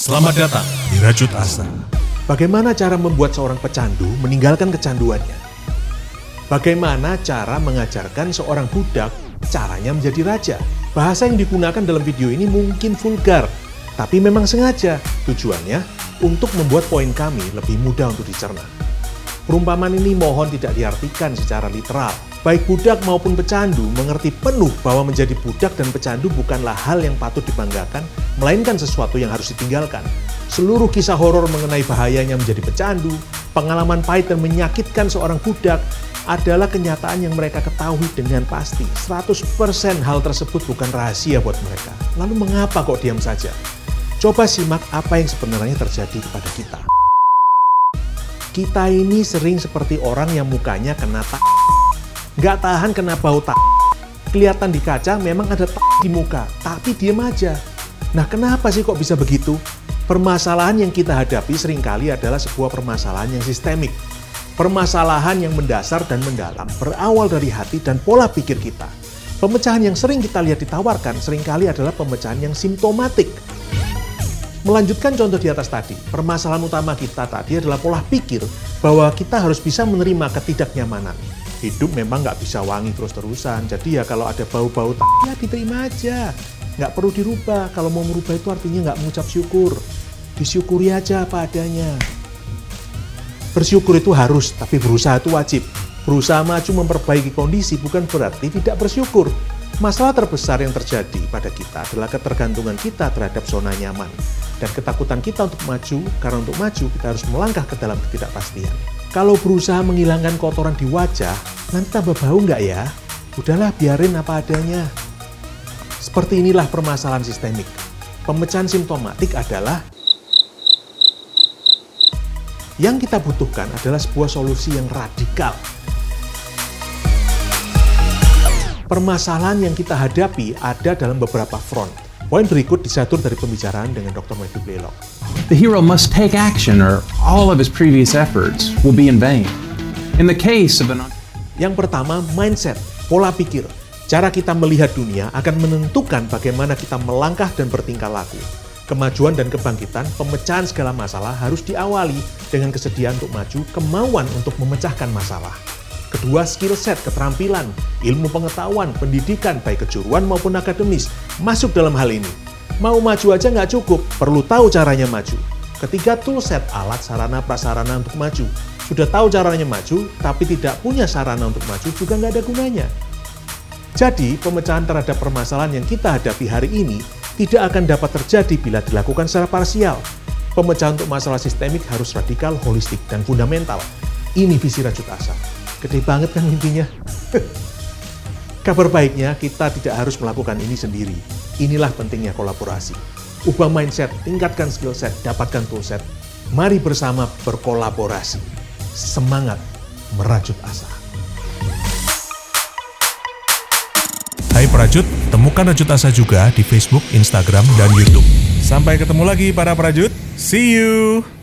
Selamat datang di Rajut Asa. Bagaimana cara membuat seorang pecandu meninggalkan kecanduannya? Bagaimana cara mengajarkan seorang budak caranya menjadi raja? Bahasa yang digunakan dalam video ini mungkin vulgar, tapi memang sengaja. Tujuannya untuk membuat poin kami lebih mudah untuk dicerna. Perumpamaan ini mohon tidak diartikan secara literal. Baik budak maupun pecandu mengerti penuh bahwa menjadi budak dan pecandu bukanlah hal yang patut dibanggakan, melainkan sesuatu yang harus ditinggalkan. Seluruh kisah horor mengenai bahayanya menjadi pecandu, pengalaman pahit dan menyakitkan seorang budak adalah kenyataan yang mereka ketahui dengan pasti. 100% hal tersebut bukan rahasia buat mereka. Lalu mengapa kok diam saja? Coba simak apa yang sebenarnya terjadi kepada kita. Kita ini sering seperti orang yang mukanya kena nggak tahan kena bau Kelihatan di kaca memang ada di muka, tapi diem aja. Nah, kenapa sih kok bisa begitu? Permasalahan yang kita hadapi seringkali adalah sebuah permasalahan yang sistemik. Permasalahan yang mendasar dan mendalam, berawal dari hati dan pola pikir kita. Pemecahan yang sering kita lihat ditawarkan seringkali adalah pemecahan yang simptomatik. Melanjutkan contoh di atas tadi, permasalahan utama kita tadi adalah pola pikir bahwa kita harus bisa menerima ketidaknyamanan. Hidup memang nggak bisa wangi terus-terusan, jadi ya kalau ada bau-bau ya diterima aja. Nggak perlu dirubah, kalau mau merubah itu artinya nggak mengucap syukur. Disyukuri aja apa adanya. Bersyukur itu harus, tapi berusaha itu wajib. Berusaha maju memperbaiki kondisi bukan berarti tidak bersyukur. Masalah terbesar yang terjadi pada kita adalah ketergantungan kita terhadap zona nyaman. Dan ketakutan kita untuk maju, karena untuk maju kita harus melangkah ke dalam ketidakpastian. Kalau berusaha menghilangkan kotoran di wajah, nanti tambah bau nggak ya? Udahlah, biarin apa adanya. Seperti inilah permasalahan sistemik. Pemecahan simptomatik adalah yang kita butuhkan adalah sebuah solusi yang radikal. Permasalahan yang kita hadapi ada dalam beberapa front. Poin berikut disatur dari pembicaraan dengan Dr. Matthew Blaylock. The hero must take action or all of his previous efforts will be in vain. In the case of Yang pertama, mindset, pola pikir. Cara kita melihat dunia akan menentukan bagaimana kita melangkah dan bertingkah laku. Kemajuan dan kebangkitan, pemecahan segala masalah harus diawali dengan kesediaan untuk maju, kemauan untuk memecahkan masalah. Kedua, skill set, keterampilan, ilmu pengetahuan, pendidikan, baik kejuruan maupun akademis, masuk dalam hal ini. Mau maju aja nggak cukup, perlu tahu caranya maju. Ketiga, tool set, alat, sarana, prasarana untuk maju. Sudah tahu caranya maju, tapi tidak punya sarana untuk maju juga nggak ada gunanya. Jadi, pemecahan terhadap permasalahan yang kita hadapi hari ini tidak akan dapat terjadi bila dilakukan secara parsial. Pemecahan untuk masalah sistemik harus radikal, holistik, dan fundamental. Ini visi Rajut Asa. Gede banget kan mimpinya? Kabar baiknya, kita tidak harus melakukan ini sendiri. Inilah pentingnya kolaborasi. Ubah mindset, tingkatkan skill set, dapatkan tool set. Mari bersama berkolaborasi. Semangat merajut asa. Hai Prajut, temukan Rajut Asa juga di Facebook, Instagram, dan YouTube. Sampai ketemu lagi para Prajut. See you!